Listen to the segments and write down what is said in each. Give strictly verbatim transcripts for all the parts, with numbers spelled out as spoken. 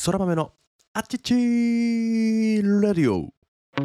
空豆のあっちちーラディオ。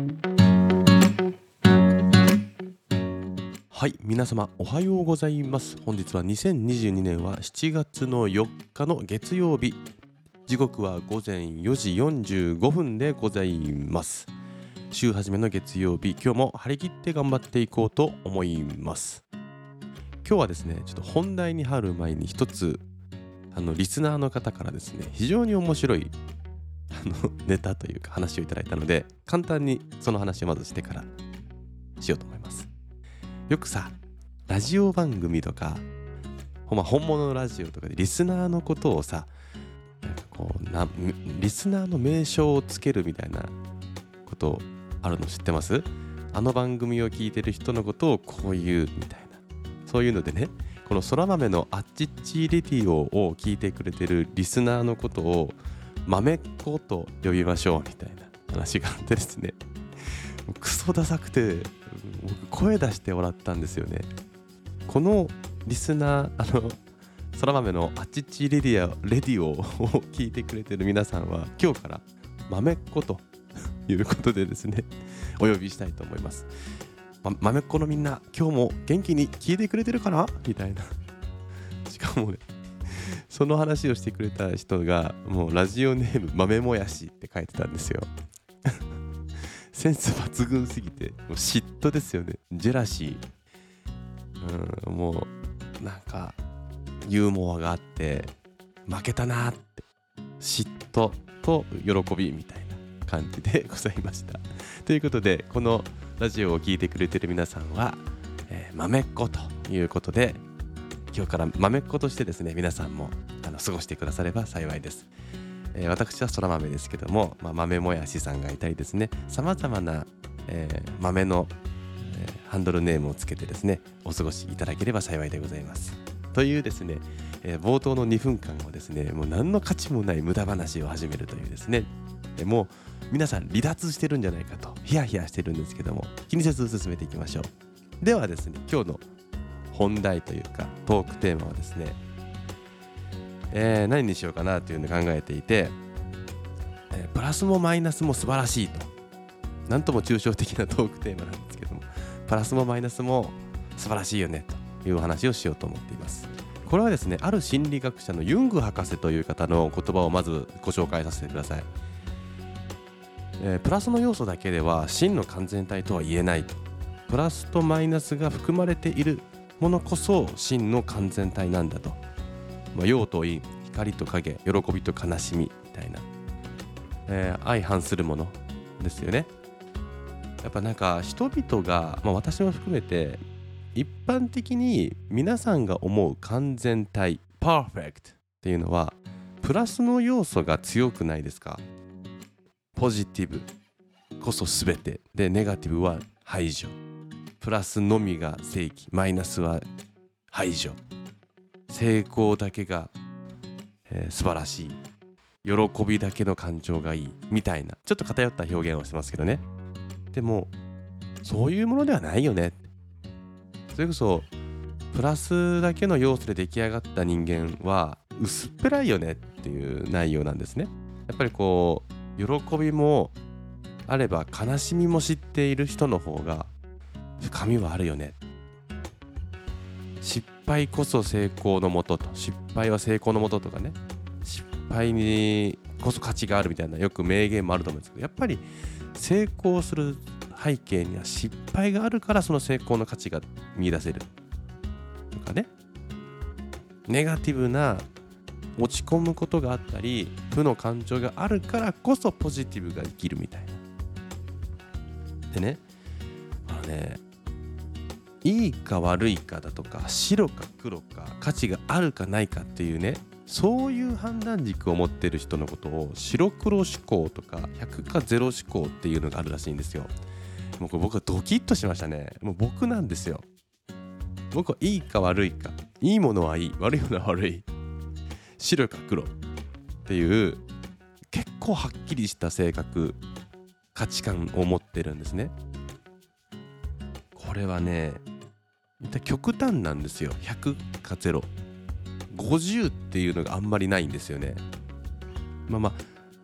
はい、皆様おはようございます。本日はにせんにじゅうにねんはしちがつのよっかの月曜日、時刻はごぜんよじよんじゅうごふんでございます。週始めの月曜日、今日も張り切って頑張っていこうと思います。今日はですね、ちょっと本題に入る前に一つあのリスナーの方からですね、非常に面白いあのネタというか話をいただいたので、簡単にその話をまずしてからしようと思います。よくさ、ラジオ番組とか、ほんま本物のラジオとかでリスナーのことをさ、なんかこうなリスナーの名称をつけるみたいなことあるの知ってます？あの番組を聞いてる人のことをこう言うみたいな、そういうのでね、この空豆のあっちっちレディオを聞いてくれてるリスナーのことを豆っ子と呼びましょうみたいな話があってですね、クソダサくて僕声出して笑ったんですよね。このリスナー、あの空豆のあっちっちレディオレディオを聞いてくれてる皆さんは今日から豆っ子ということでですね、お呼びしたいと思います。ま、豆っ子のみんな、今日も元気に聞いてくれてるかなみたいな。しかもね、その話をしてくれた人がもうラジオネーム豆もやしって書いてたんですよ。センス抜群すぎて、もう嫉妬ですよね。ジェラシー、うん、もうなんかユーモアがあって負けたなって嫉妬と喜びみたいな感じでございました。ということで、このラジオを聞いてくれてる皆さんは、えー、豆っ子ということで、今日から豆っ子としてですね、皆さんもあの過ごしてくだされば幸いです。えー、私は空豆ですけども、まあ、豆もやしさんがいたりですね、さまざまな、えー、豆の、えー、ハンドルネームをつけてですね、お過ごしいただければ幸いでございます。というですね、えー、冒頭のにふんかんをですね、もう何の価値もない無駄話を始めるというですね、えー、もう皆さん離脱してるんじゃないかとヒヤヒヤしてるんですけども、気にせず進めていきましょう。ではですね、今日の本題というかトークテーマはですね、えー、何にしようかなというのを考えていて、えー、プラスもマイナスも素晴らしいと、なんとも抽象的なトークテーマなんですけども、プラスもマイナスも素晴らしいよねというお話をしようと思っています。これはですね、ある心理学者のユング博士という方の言葉をまずご紹介させてください。えー、プラスの要素だけでは真の完全体とは言えないと。プラスとマイナスが含まれているものこそ真の完全体なんだと。まあ、陽と陰、光と影、喜びと悲しみみたいな、えー、相反するものですよね。やっぱなんか人々が、まあ、私も含めて一般的に皆さんが思う完全体、パーフェクトっていうのはプラスの要素が強くないですか？ポジティブこそ全てで、ネガティブは排除。プラスのみが正義、マイナスは排除。成功だけが、えー、素晴らしい。喜びだけの感情がいいみたいな、ちょっと偏った表現をしてますけどね。でもそういうものではないよね。それこそプラスだけの要素で出来上がった人間は薄っぺらいよねっていう内容なんですね。やっぱりこう喜びもあれば悲しみも知っている人の方が深みはあるよね。失敗こそ成功のもとと、失敗は成功のもととかね、失敗にこそ価値があるみたいな、よく名言もあると思うんですけど、やっぱり成功する背景には失敗があるから、その成功の価値が見出せるとかね、ネガティブな落ち込むことがあったり負の感情があるからこそポジティブが生きるみたいな。でね、あのね、いいか悪いかだとか白か黒か価値があるかないかっていうね、そういう判断軸を持ってる人のことを白黒思考とかひゃくかゼロ思考っていうのがあるらしいんですよ。もうこれ僕はドキッとしましたね。もう僕なんですよ。僕はいいか悪いか、いいものはいい、悪いものは悪い、白か黒っていう結構はっきりした性格、価値観を持ってるんですね。これはね、極端なんですよ。ひゃくかゼロ、ごじゅうっていうのがあんまりないんですよね。まあまあ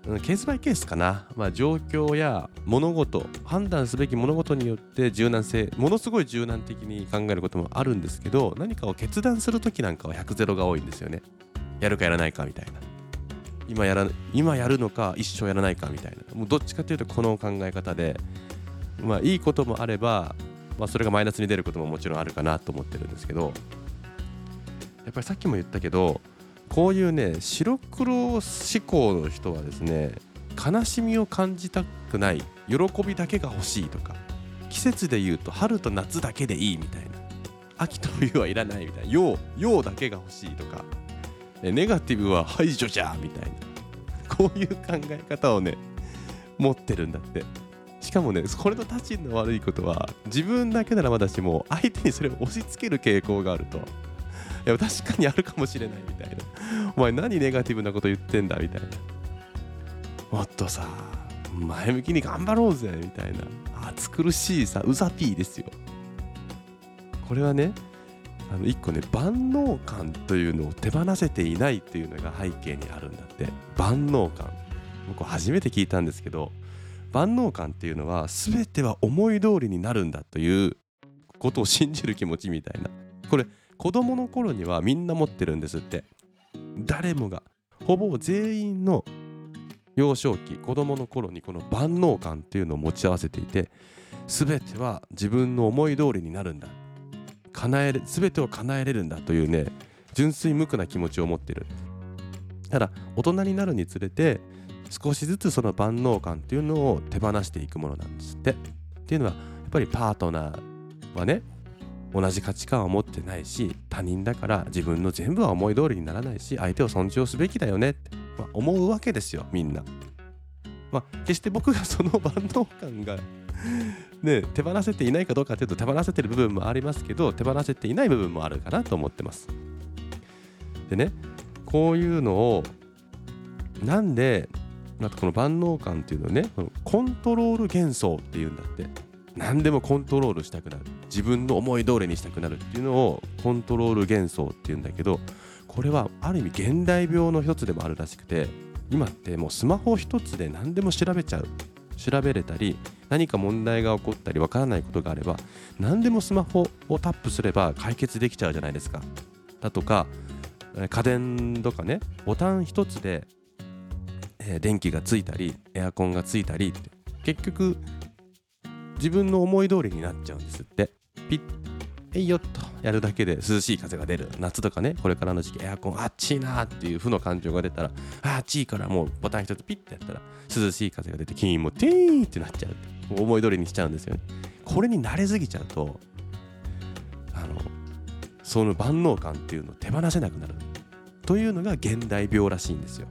ケースバイケースかな、まあ、状況や物事、判断すべき物事によって柔軟性、ものすごい柔軟的に考えることもあるんですけど、何かを決断するときなんかはひゃくゼロが多いんですよね。やるかやらないかみたいな、今やら今やるのか一生やらないかみたいな、もうどっちかというとこの考え方で、まあいいこともあれば、まあ、それがマイナスに出ることももちろんあるかなと思ってるんですけど、やっぱりさっきも言ったけど、こういうね白黒思考の人はですね、悲しみを感じたくない、喜びだけが欲しいとか、季節で言うと春と夏だけでいいみたいな、秋と冬はいらないみたいな、陽陽だけが欲しいとか、ネガティブは排除じゃみたいな、こういう考え方をね持ってるんだって。しかもね、これのたちの悪いことは、自分だけならまだしも相手にそれを押し付ける傾向があると、いや確かにあるかもしれないみたいな、お前何ネガティブなこと言ってんだみたいな、もっとさ前向きに頑張ろうぜみたいな、暑苦しいさうざピーですよ。これはね、あの一個ね万能感というのを手放せていないっていうのが背景にあるんだって。万能感、僕初めて聞いたんですけど、万能感っていうのは全ては思い通りになるんだということを信じる気持ちみたいな、これ子供の頃にはみんな持ってるんですって。誰もが、ほぼ全員の幼少期、子供の頃にこの万能感っていうのを持ち合わせていて、全ては自分の思い通りになるんだ、叶えれ全てを叶えれるんだというね、純粋無垢な気持ちを持っている。ただ大人になるにつれて少しずつその万能感っていうのを手放していくものなんですって。っていうのはやっぱりパートナーはね、同じ価値観を持ってないし、他人だから自分の全部は思い通りにならないし、相手を尊重すべきだよねって、まあ、思うわけですよ、みんな。まあ、決して僕がその万能感がね、手放せていないかどうかというと、手放せてる部分もありますけど、手放せていない部分もあるかなと思ってます。でね、こういうのをなんで、またこの万能感っていうのをね、このコントロール幻想っていうんだって。何でもコントロールしたくなる、自分の思い通りにしたくなるっていうのをコントロール幻想っていうんだけど、これはある意味現代病の一つでもあるらしくて、今ってもうスマホ一つで何でも調べちゃう、調べれたり、何か問題が起こったりわからないことがあれば何でもスマホをタップすれば解決できちゃうじゃないですか。だとか家電とかね、ボタン一つで、えー、電気がついたりエアコンがついたりって、結局自分の思い通りになっちゃうんですって。ピッえいよっとやるだけで涼しい風が出る。夏とかね、これからの時期エアコンあっちいなっていう負の感情が出たら、あっちいからもうボタン一つピッてやったら涼しい風が出て、金もティーンってなっちゃう、思い通りにしちゃうんですよね。これに慣れすぎちゃうと、あのその万能感っていうのを手放せなくなるというのが現代病らしいんですよ。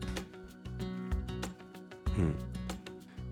うん、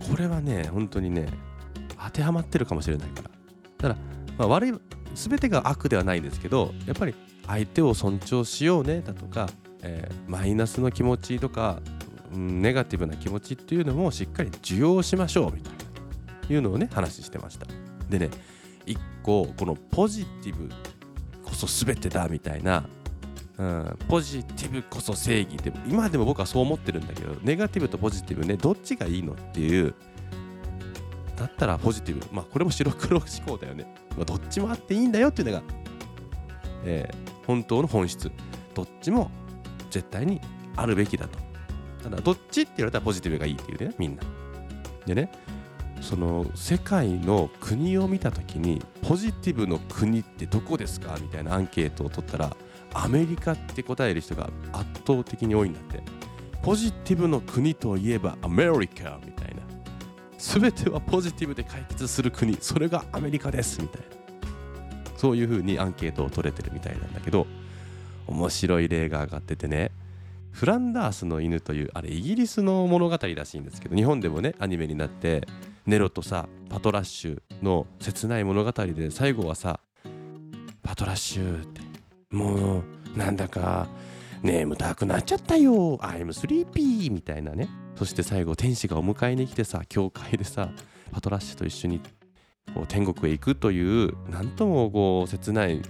これはね本当にね当てはまってるかもしれないから。ただ、まあ、悪い全てが悪ではないんですけど、やっぱり相手を尊重しようねだとか、えー、マイナスの気持ちとか、うん、ネガティブな気持ちっていうのもしっかり受容しましょうみたいないうのをね話してました。でね、一個このポジティブこそ全てだみたいな、うん、ポジティブこそ正義って今でも僕はそう思ってるんだけど、ネガティブとポジティブね、どっちがいいのっていう、だったらポジティブ、まあこれも白黒思考だよね、まあ、どっちもあっていいんだよっていうのが、えー、本当の本質。どっちも絶対にあるべきだと。ただどっちって言われたらポジティブがいいっていうね、みんなでね。その世界の国を見たときにポジティブの国ってどこですかみたいなアンケートを取ったら、アメリカって答える人が圧倒的に多いんだって。ポジティブの国といえばアメリカみたいな、全てはポジティブで解決する国、それがアメリカですみたいな、そういう風にアンケートを取れてるみたいなんだけど、面白い例が上がっててね、フランダースの犬という、あれイギリスの物語らしいんですけど、日本でもねアニメになって、ネロとさパトラッシュの切ない物語で、最後はさパトラッシュって、もうなんだか眠たくなっちゃったよ I'm sleepy みたいなね。そして最後天使がお迎えに来てさ、教会でさパトラッシュと一緒にこう天国へ行くという、なんともこう切ない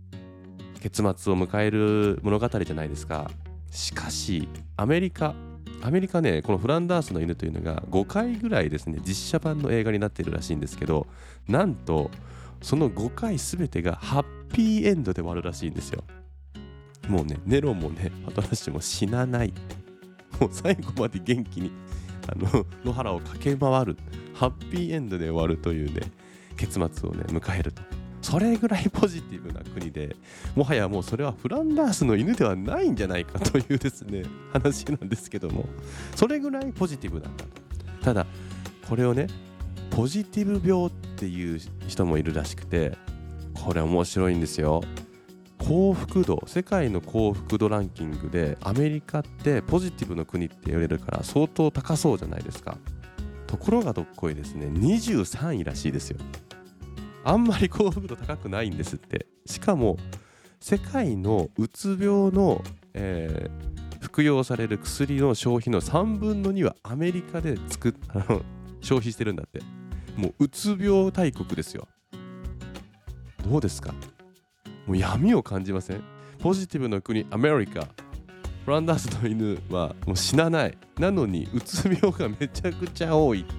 結末を迎える物語じゃないですか。しかしアメリカアメリカね、このフランダースの犬というのがごかいぐらいですね、実写版の映画になっているらしいんですけど、なんとそのごかいすべてがハッピーエンドで終わるらしいんですよ。もうね、ネロもね、パトラッシュも死なない。もう最後まで元気にあの野原を駆け回る、ハッピーエンドで終わるというね、結末をね、迎えると。それぐらいポジティブな国で、もはやもうそれはフランダースの犬ではないんじゃないかというですね、話なんですけども、それぐらいポジティブなんだと。ただこれをね、ポジティブ病っていう人もいるらしくて、これ面白いんですよ。幸福度、世界の幸福度ランキングでアメリカってポジティブの国って言われるから相当高そうじゃないですか。ところがどっこいですね、にじゅうさんいらしいですよ。あんまり幸福度高くないんですって。しかも世界のうつ病の、えー、服用される薬の消費のさんぶんのにはアメリカで作っあの消費してるんだって。もううつ病大国ですよ。どうですか？もう闇を感じません？ポジティブの国アメリカ、フランダースの犬はもう死なない。なのにうつ病がめちゃくちゃ多いって、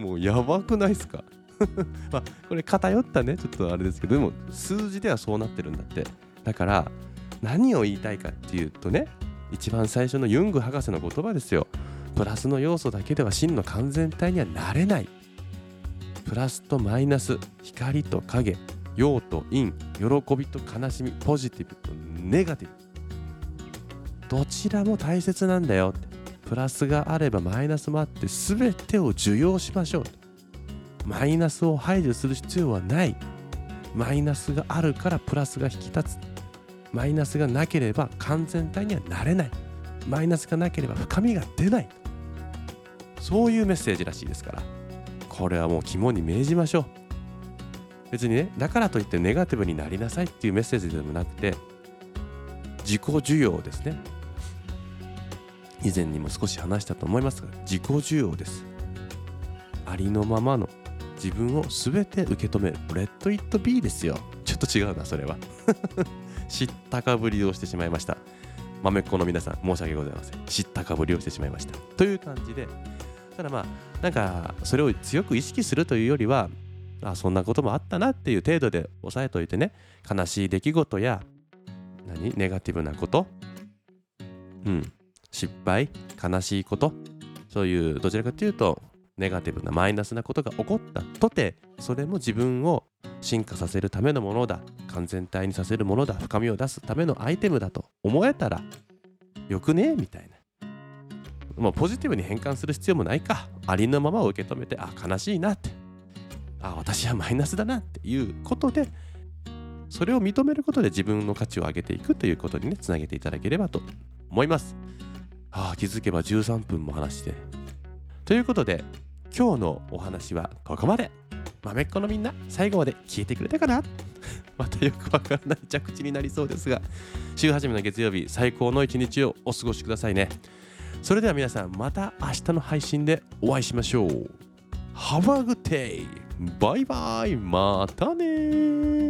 もうやばくないですか？まあこれ偏ったね、ちょっとあれですけど、でも数字ではそうなってるんだって。だから何を言いたいかっていうとね、一番最初のユング博士の言葉ですよ。プラスの要素だけでは真の完全体にはなれない。プラスとマイナス、光と影、陽と陰、喜びと悲しみ、ポジティブとネガティブ、どちらも大切なんだよって。プラスがあればマイナスもあって、全てを受容しましょう。マイナスを排除する必要はない。マイナスがあるからプラスが引き立つ。マイナスがなければ完全体にはなれない。マイナスがなければ深みが出ない。そういうメッセージらしいですから、これはもう肝に銘じましょう。別にね、だからといってネガティブになりなさいっていうメッセージでもなくて、自己需要ですね。以前にも少し話したと思いますが、自己需要です。ありのままの自分を全て受け止める、レッドイットビーですよ。ちょっと違うな、それは。知ったかぶりをしてしまいました。豆っ子の皆さん、申し訳ございません。知ったかぶりをしてしまいました。という感じで、ただまあ、なんかそれを強く意識するというよりは、あ、そんなこともあったなっていう程度で抑えといてね、悲しい出来事や何ネガティブなこと、うん、失敗、悲しいこと、そういうどちらかというとネガティブなマイナスなことが起こったとて、それも自分を進化させるためのものだ、完全体にさせるものだ、深みを出すためのアイテムだと思えたらよくねみたいな。もうポジティブに変換する必要もないか。ありのままを受け止めて、あ、悲しいなって、あ、私はマイナスだなっていうことで、それを認めることで自分の価値を上げていくということにね、つなげていただければと思います。ああ、気づけばじゅうさんぷんも話して。ということで、今日のお話はここまで。豆っ子のみんな、最後まで聞いてくれたかな？またよくわからない着地になりそうですが、週始めの月曜日、最高の一日をお過ごしくださいね。それでは皆さん、また明日の配信でお会いしましょう。Have a good day! バイバイ、またね。